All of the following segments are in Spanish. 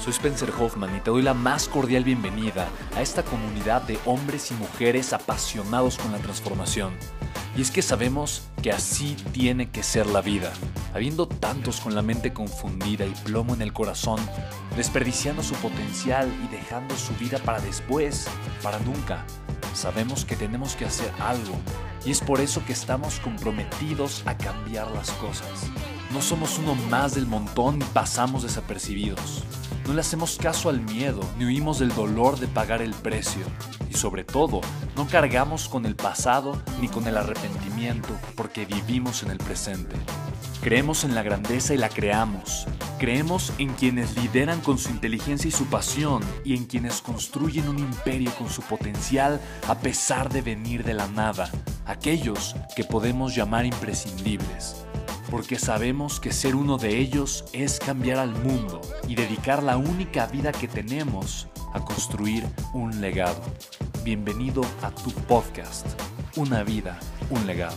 Soy Spencer Hoffman y te doy la más cordial bienvenida a esta comunidad de hombres y mujeres apasionados con la transformación. Y es que sabemos que así tiene que ser la vida. Habiendo tantos con la mente confundida y plomo en el corazón, desperdiciando su potencial y dejando su vida para después, para nunca, sabemos que tenemos que hacer algo. Y es por eso que estamos comprometidos a cambiar las cosas. No somos uno más del montón y pasamos desapercibidos. No le hacemos caso al miedo, ni huimos del dolor de pagar el precio. Y sobre todo, no cargamos con el pasado ni con el arrepentimiento, porque vivimos en el presente. Creemos en la grandeza y la creamos. Creemos en quienes lideran con su inteligencia y su pasión, y en quienes construyen un imperio con su potencial a pesar de venir de la nada. Aquellos que podemos llamar imprescindibles. Porque sabemos que ser uno de ellos es cambiar al mundo y dedicar la única vida que tenemos a construir un legado. Bienvenido a tu podcast, Una vida, un legado.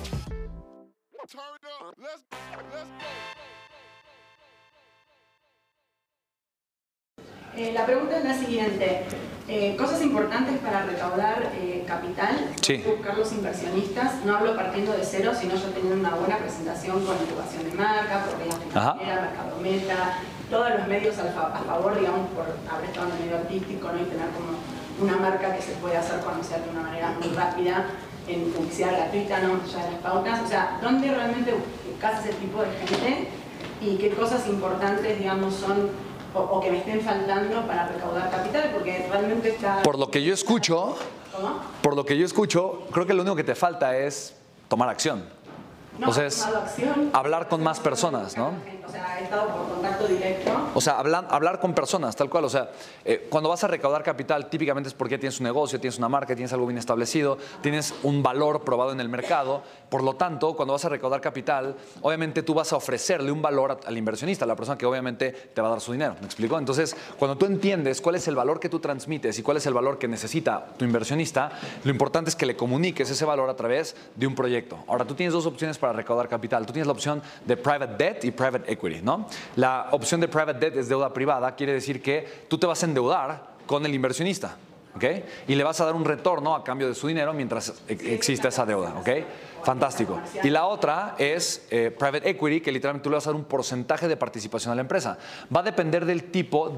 La pregunta es la siguiente. Cosas importantes para recaudar capital, Sí. Buscar los inversionistas. No hablo partiendo de cero, sino ya teniendo una buena presentación con incubación de marca, propiedad financiera, mercadometa, todos los medios a favor, digamos, por haber estado en el medio artístico, ¿no? Y tener como una marca que se puede hacer conocer de una manera muy rápida, en publicidad gratuita, ¿no? Ya de las pautas. O sea, ¿dónde realmente buscas ese tipo de gente? Y qué cosas importantes, digamos, son o que me estén faltando para recaudar capital, porque realmente está... Por lo que yo escucho, ¿Cómo? Por lo que yo escucho, creo que lo único que te falta es tomar acción. No, O sea, es acción, hablar con más personas, ¿no? O sea, he estado por contacto directo. O sea, hablar con personas, tal cual. O sea, cuando vas a recaudar capital, típicamente es porque tienes un negocio, tienes una marca, tienes algo bien establecido, tienes un valor probado en el mercado. Por lo tanto, cuando vas a recaudar capital, obviamente tú vas a ofrecerle un valor al inversionista, a la persona que obviamente te va a dar su dinero. ¿Me explico? Entonces, cuando tú entiendes cuál es el valor que tú transmites y cuál es el valor que necesita tu inversionista, lo importante es que le comuniques ese valor a través de un proyecto. Ahora, tú tienes dos opciones para recaudar capital. Tú tienes la opción de private debt y private equity, ¿no? La opción de private debt es deuda privada, quiere decir que tú te vas a endeudar con el inversionista, ¿ok? Y le vas a dar un retorno a cambio de su dinero mientras exista esa deuda, ¿ok? Fantástico. Y la otra es private equity, que literalmente tú le vas a dar un porcentaje de participación a la empresa. Va a depender del tipo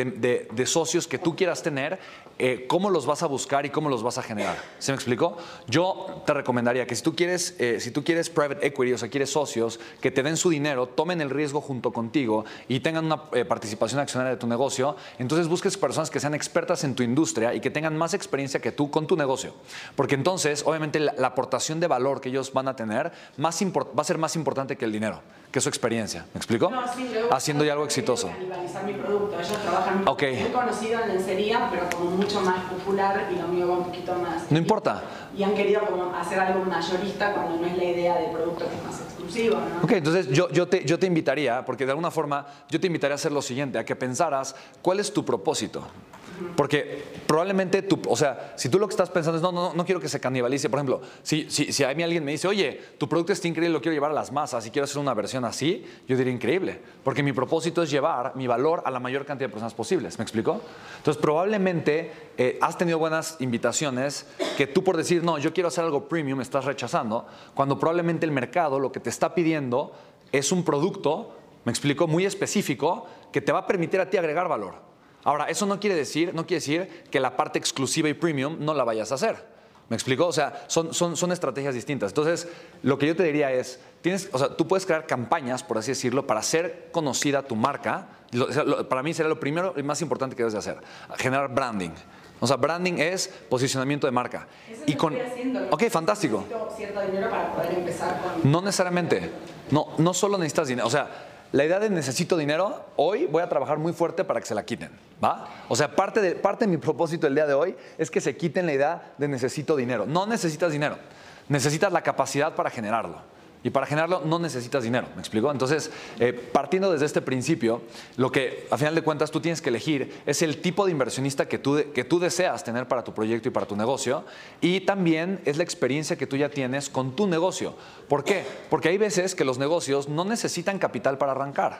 de socios que tú quieras tener, cómo los vas a buscar y cómo los vas a generar. ¿Se me explicó? Yo te recomendaría que si tú quieres private equity, o sea, quieres socios que te den su dinero, tomen el riesgo junto contigo y tengan una participación accionaria de tu negocio, entonces busques personas que sean expertas en tu industria y que tengan más experiencia que tú con tu negocio. Porque entonces, obviamente, la aportación de valor que ellos van a tener va a ser más importante que el dinero, que su experiencia. ¿Me explico? No, sí, haciendo ya algo exitoso. Canibalizar mi producto. Ellos trabajan Okay. muy conocido en lencería, pero como mucho más popular, y lo mío va un poquito más. No importa. Y han querido como hacer algo mayorista cuando no es la idea de producto que es más exclusivo, ¿no? Ok, entonces yo te invitaría, porque de alguna forma yo te invitaría a hacer lo siguiente, a que pensaras cuál es tu propósito. Porque probablemente o sea, si tú lo que estás pensando es no quiero que se canibalice. Por ejemplo, si a mí alguien me dice, oye, tu producto está increíble, lo quiero llevar a las masas y quiero hacer una versión así, yo diría increíble. Porque mi propósito es llevar mi valor a la mayor cantidad de personas posibles. ¿Me explico? Entonces probablemente has tenido buenas invitaciones que tú por decir, no, yo quiero hacer algo premium, estás rechazando, cuando probablemente el mercado lo que te está pidiendo es un producto, me explico, muy específico que te va a permitir a ti agregar valor. Ahora, eso no quiere decir que la parte exclusiva y premium no la vayas a hacer. ¿Me explico? O sea, son estrategias distintas. Entonces, lo que yo te diría es, tú puedes crear campañas, por así decirlo, para hacer conocida tu marca. Para mí sería lo primero y más importante que debes de hacer, generar branding. O sea, branding es posicionamiento de marca. Eso y lo con, estoy haciendo. ok, fantástico. Necesito cierto dinero para poder empezar con... No necesariamente. No solo necesitas dinero. O sea, la idea de necesito dinero, hoy voy a trabajar muy fuerte para que se la quiten, ¿va? O sea, parte de mi propósito el día de hoy es que se quiten la idea de necesito dinero. No necesitas dinero, necesitas la capacidad para generarlo. Y para generarlo no necesitas dinero, ¿me explico? Entonces, partiendo desde este principio, lo que a final de cuentas tú tienes que elegir es el tipo de inversionista que tú deseas tener para tu proyecto y para tu negocio, y también es la experiencia que tú ya tienes con tu negocio. ¿Por qué? Porque hay veces que los negocios no necesitan capital para arrancar.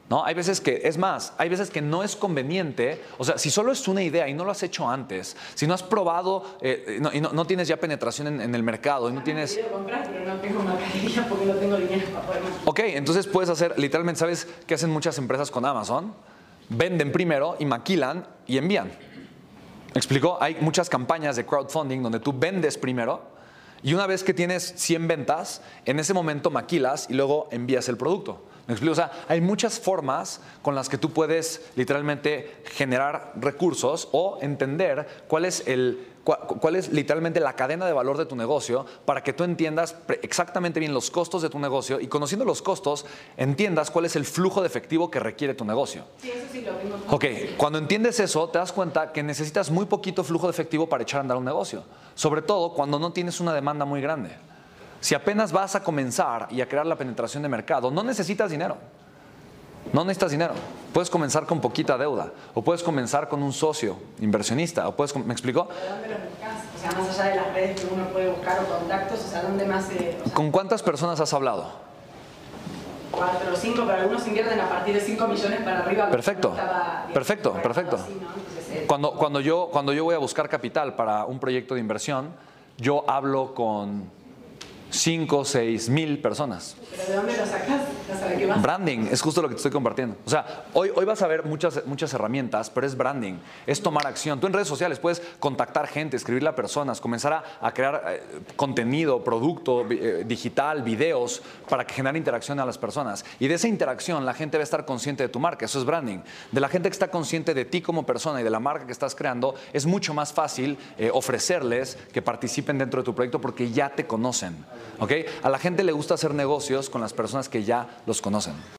¿no? Hay veces que, es más, hay veces que no es conveniente, o sea, si solo es una idea y no lo has hecho antes, si no has probado y no tienes ya penetración en el mercado y no tienes... Quiero comprar, pero no tengo mercadería porque no tengo dinero para poder maquilar. Ok, entonces puedes hacer, literalmente, ¿sabes qué hacen muchas empresas con Amazon? Venden primero y maquilan y envían. ¿Me explico? Hay muchas campañas de crowdfunding donde tú vendes primero y una vez que tienes 100 ventas, en ese momento maquilas y luego envías el producto. ¿Me explico? O sea, hay muchas formas con las que tú puedes literalmente generar recursos o entender cuál es literalmente la cadena de valor de tu negocio para que tú entiendas exactamente bien los costos de tu negocio y conociendo los costos, entiendas cuál es el flujo de efectivo que requiere tu negocio. Sí, eso sí lo tengo. Ok, cuando entiendes eso, te das cuenta que necesitas muy poquito flujo de efectivo para echar a andar un negocio. Sobre todo cuando no tienes una demanda muy grande. Si apenas vas a comenzar y a crear la penetración de mercado, no necesitas dinero. No necesitas dinero. Puedes comenzar con poquita deuda. O puedes comenzar con un socio inversionista. O puedes, ¿me explico? ¿Pero dónde los buscas? O sea, más allá de las redes que uno puede buscar o contactos, o sea, ¿dónde más ¿Con cuántas personas has hablado? 4 o 5, pero algunos invierten a partir de 5 millones para arriba. Perfecto, perfecto. Así, ¿no? Entonces, Cuando yo voy a buscar capital para un proyecto de inversión, yo hablo con 5 o 6 mil personas. ¿Pero de dónde lo sacas? ¿Qué vas? Branding, es justo lo que te estoy compartiendo. O sea, hoy vas a ver muchas herramientas, pero es branding, es tomar acción. Tú en redes sociales puedes contactar gente, escribirle a personas, comenzar a crear contenido, producto digital, videos, para que genere interacción a las personas. Y de esa interacción la gente va a estar consciente de tu marca, eso es branding. De la gente que está consciente de ti como persona y de la marca que estás creando, es mucho más fácil ofrecerles que participen dentro de tu proyecto porque ya te conocen. ¿Okay? A la gente le gusta hacer negocios con las personas que ya los conocen.